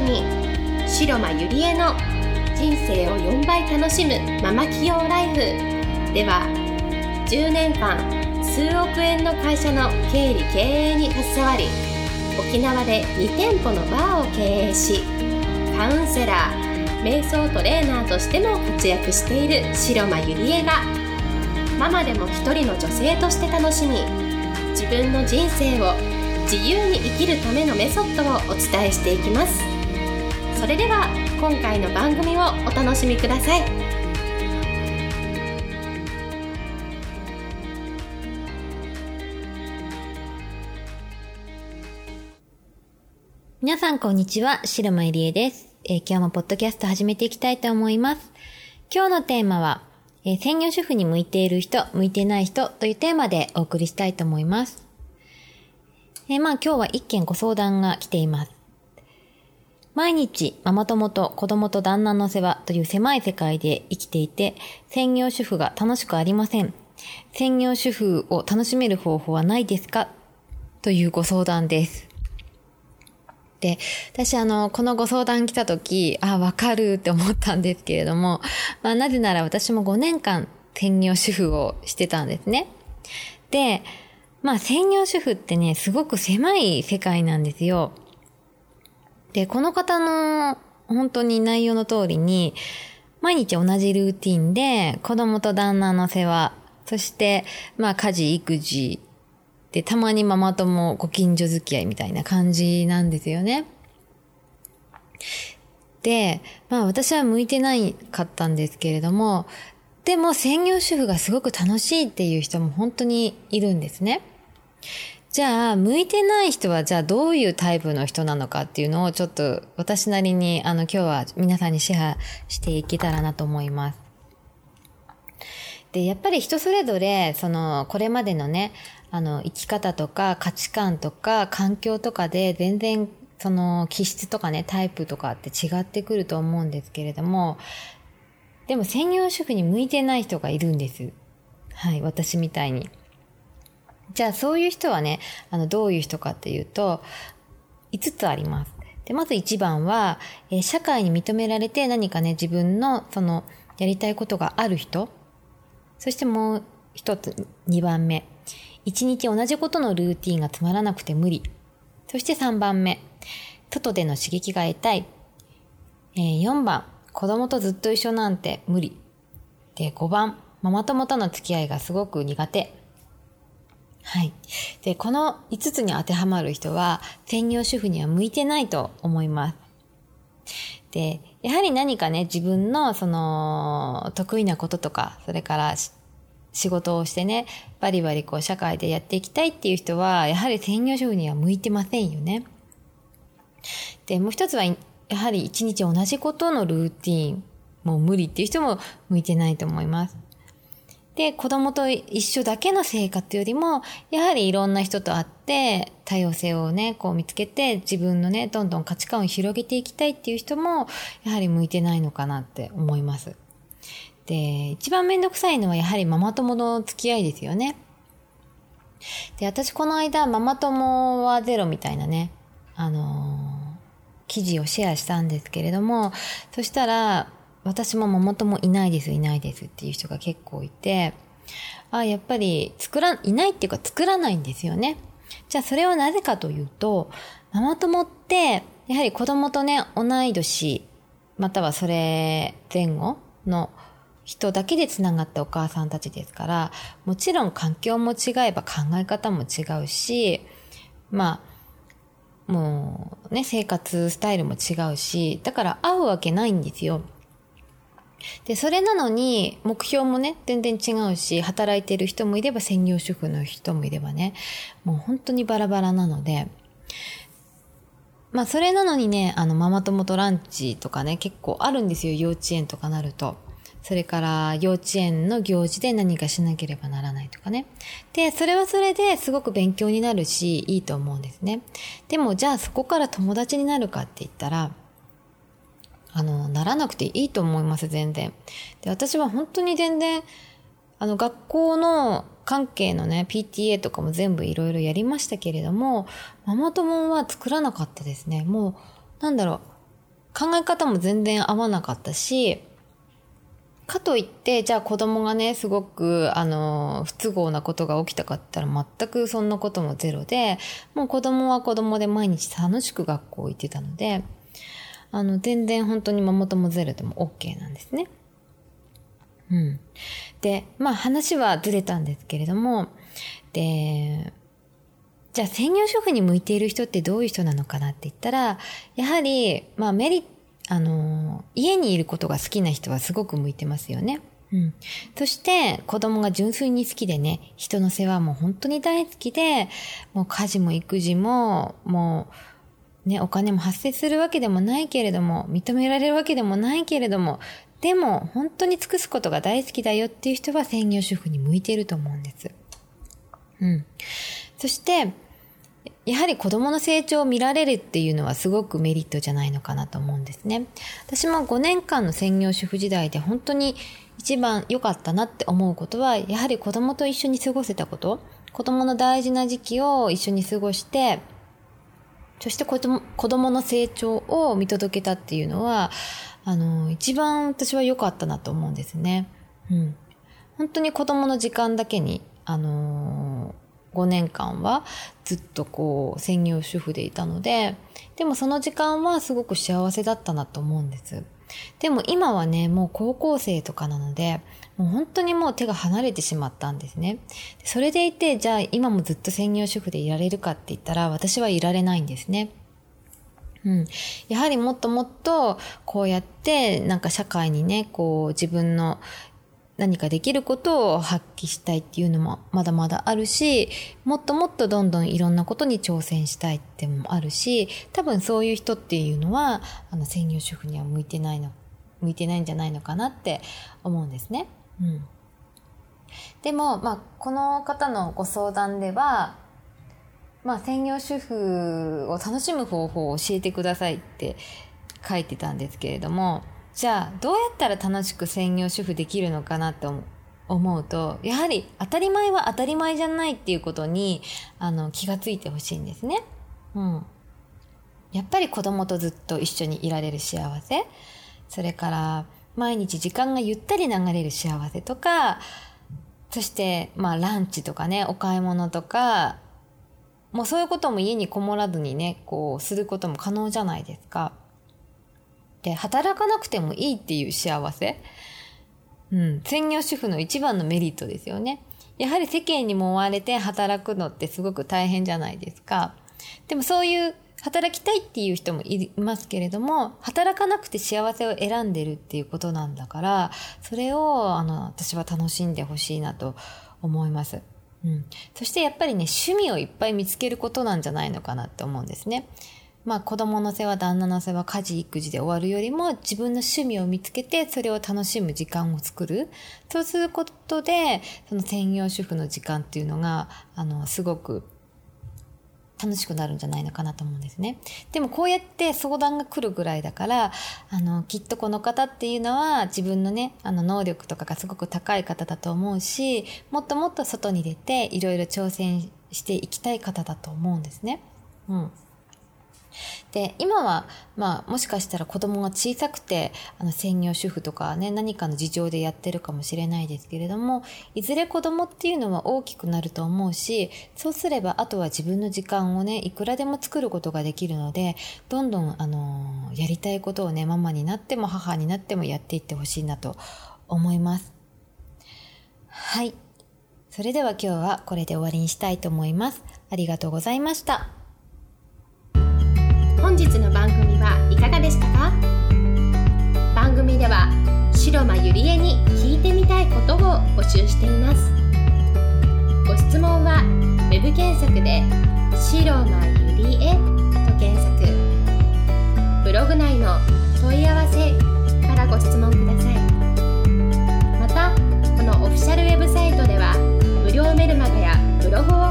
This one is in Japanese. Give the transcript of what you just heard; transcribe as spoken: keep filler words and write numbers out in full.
に白間ゆりえの人生をよんばい楽しむママ起業ライフでは、じゅうねんかん数億円の会社の経理経営に携わり、沖縄でにてんぽのバーを経営し、カウンセラー、瞑想トレーナーとしても活躍している白間ゆりえが、ママでも一人の女性として楽しみ、自分の人生を自由に生きるためのメソッドをお伝えしていきます。それでは今回の番組をお楽しみください。 皆さんこんにちは、白間ゆりえです、えー、今日もポッドキャスト始めていきたいと思います。今日のテーマは、えー、専業主婦に向いている人、向いてない人というテーマでお送りしたいと思います。えー、まあ今日は一件ご相談が来ています。毎日ママ友と子供と旦那の世話という狭い世界で生きていて、専業主婦が楽しくありません。専業主婦を楽しめる方法はないですか？というご相談です。で、私あの、このご相談来た時、あ、わかるって思ったんですけれども、まあなぜなら私もごねんかん専業主婦をしてたんですね。で、まあ専業主婦ってね、すごく狭い世界なんですよ。で、この方の本当に内容の通りに、毎日同じルーティンで子供と旦那の世話、そしてまあ家事、育児、で、たまにママ友ご近所付き合いみたいな感じなんですよね。で、まあ私は向いてないかったんですけれども、でも専業主婦がすごく楽しいっていう人も本当にいるんですね。じゃあ、向いてない人はじゃあどういうタイプの人なのかっていうのをちょっと私なりにあの今日は皆さんにシェアしていけたらなと思います。で、やっぱり人それぞれ、その、これまでのね、あの、生き方とか価値観とか環境とかで全然、その、気質とかね、タイプとかって違ってくると思うんですけれども、でも専業主婦に向いてない人がいるんです。はい、私みたいに。じゃあ、そういう人はね、あの、どういう人かっていうと、いつつあります。で、まずいちばんは、えー、社会に認められて何かね、自分の、その、やりたいことがある人。そしてもう一つ、にばんめ。一日同じことのルーティンがつまらなくて無理。そしてさんばんめ。外での刺激が得たい。えー、よんばん。子供とずっと一緒なんて無理。で、ごばん。ママ友との付き合いがすごく苦手。はい。で、このいつつに当てはまる人は、専業主婦には向いてないと思います。で、やはり何かね、自分のその得意なこととか、それから仕事をしてね、バリバリこう社会でやっていきたいっていう人は、やはり専業主婦には向いてませんよね。で、もう一つは、やはり一日同じことのルーティーン、もう無理っていう人も向いてないと思います。で、子供と一緒だけの生活よりも、やはりいろんな人と会って、多様性をね、こう見つけて、自分のね、どんどん価値観を広げていきたいっていう人も、やはり向いてないのかなって思います。で、一番めんどくさいのはやはりママ友の付き合いですよね。で、私この間、ママ友はゼロみたいなね、あのー、記事をシェアしたんですけれども、そしたら、私もママ友いないです、いないですっていう人が結構いて、あ、やっぱり作ら、いないっていうか作らないんですよね。じゃあそれはなぜかというと、ママ友って、やはり子供とね、同い年、またはそれ前後の人だけでつながったお母さんたちですから、もちろん環境も違えば考え方も違うし、まあ、もうね、生活スタイルも違うし、だから会うわけないんですよ。で、それなのに、目標もね、全然違うし、働いてる人もいれば、専業主婦の人もいればね、もう本当にバラバラなので、まあ、それなのにね、あの、ママ友とランチとかね、結構あるんですよ、幼稚園とかなると。それから、幼稚園の行事で何かしなければならないとかね。で、それはそれですごく勉強になるし、いいと思うんですね。でも、じゃあそこから友達になるかって言ったら、あの、ならなくていいと思います、全然。で、私は本当に全然、あの、学校の関係のね、ピーティーエー とかも全部いろいろやりましたけれども、ママ友は作らなかったですね。もう、なんだろ考え方も全然合わなかったし、かといってじゃあ子供がねすごくあの不都合なことが起きたかって言ったら全くそんなこともゼロで、もう子供は子供で毎日楽しく学校行ってたので、あの全然本当にママ友ゼロでも OK なんですね。うん。で、まあ話はずれたんですけれども、で、じゃあ専業主婦に向いている人ってどういう人なのかなって言ったら、やはりまあメリットあの、家にいることが好きな人はすごく向いてますよね。うん。そして子供が純粋に好きでね、人の世話も本当に大好きで、もう家事も育児も、もうね、お金も発生するわけでもないけれども、認められるわけでもないけれども、でも本当に尽くすことが大好きだよっていう人は専業主婦に向いていると思うんです。うん。そして、やはり子供の成長を見られるっていうのはすごくメリットじゃないのかなと思うんですね。私もごねんかんの専業主婦時代で本当に一番良かったなって思うことは、やはり子供と一緒に過ごせたこと、子供の大事な時期を一緒に過ごして、そして子供、子供の成長を見届けたっていうのは、あの、一番私は良かったなと思うんですね。うん。本当に子供の時間だけに、あのー、ごねんかんはずっとこう専業主婦でいたので、でもその時間はすごく幸せだったなと思うんです。でも今はね、もう高校生とかなので、もう本当にもう手が離れてしまったんですね。それでいて、じゃあ今もずっと専業主婦でいられるかって言ったら、私はいられないんですね。うん。やはりもっともっとこうやってなんか社会にね、こう自分の何かできることを発揮したいっていうのもまだまだあるし、もっともっとどんどんいろんなことに挑戦したいっていうのもあるし、多分そういう人っていうのはあの専業主婦には向いてないの向いてないんじゃないのかなって思うんですね。うん。でもまあこの方のご相談では、まあ専業主婦を楽しむ方法を教えてくださいって書いてたんですけれども。じゃあどうやったら楽しく専業主婦できるのかなと思うと、やはり当たり前は当たり前じゃないっていうことにあの気がついてほしいんですね。うん。やっぱり子供とずっと一緒にいられる幸せ、それから毎日時間がゆったり流れる幸せとか、そしてまあランチとかね、お買い物とか、もうそういうことも家にこもらずにね、こうすることも可能じゃないですか。で、働かなくてもいいっていう幸せ。うん。専業主婦の一番のメリットですよね。やはり世間にも追われて働くのってすごく大変じゃないですか。でもそういう働きたいっていう人もいますけれども、働かなくて幸せを選んでるっていうことなんだから、それをあの私は楽しんでほしいなと思います。うん。そしてやっぱりね、趣味をいっぱい見つけることなんじゃないのかなって思うんですね。まあ子供の世話、旦那の世話、家事、育児で終わるよりも自分の趣味を見つけてそれを楽しむ時間を作る。そうすることで、その専業主婦の時間っていうのが、あの、すごく楽しくなるんじゃないのかなと思うんですね。でもこうやって相談が来るぐらいだから、あの、きっとこの方っていうのは自分のね、あの能力とかがすごく高い方だと思うし、もっともっと外に出ていろいろ挑戦していきたい方だと思うんですね。うん。で、今は、まあ、もしかしたら子供が小さくて、あの、専業主婦とかね、何かの事情でやってるかもしれないですけれども、いずれ子供っていうのは大きくなると思うし、そうすれば、あとは自分の時間をね、いくらでも作ることができるので、どんどん、あの、やりたいことをね、ママになっても母になってもやっていってほしいなと思います。はい。それでは今日はこれで終わりにしたいと思います。ありがとうございました。 本日の番組はいかがでしたか？番組では白間ゆりえに聞いてみたいことを募集しています。ご質問はウェブ検索で白間ゆりえと検索、ブログ内の問い合わせからご質問ください。またこのオフィシャルウェブサイトでは無料メルマガやブログを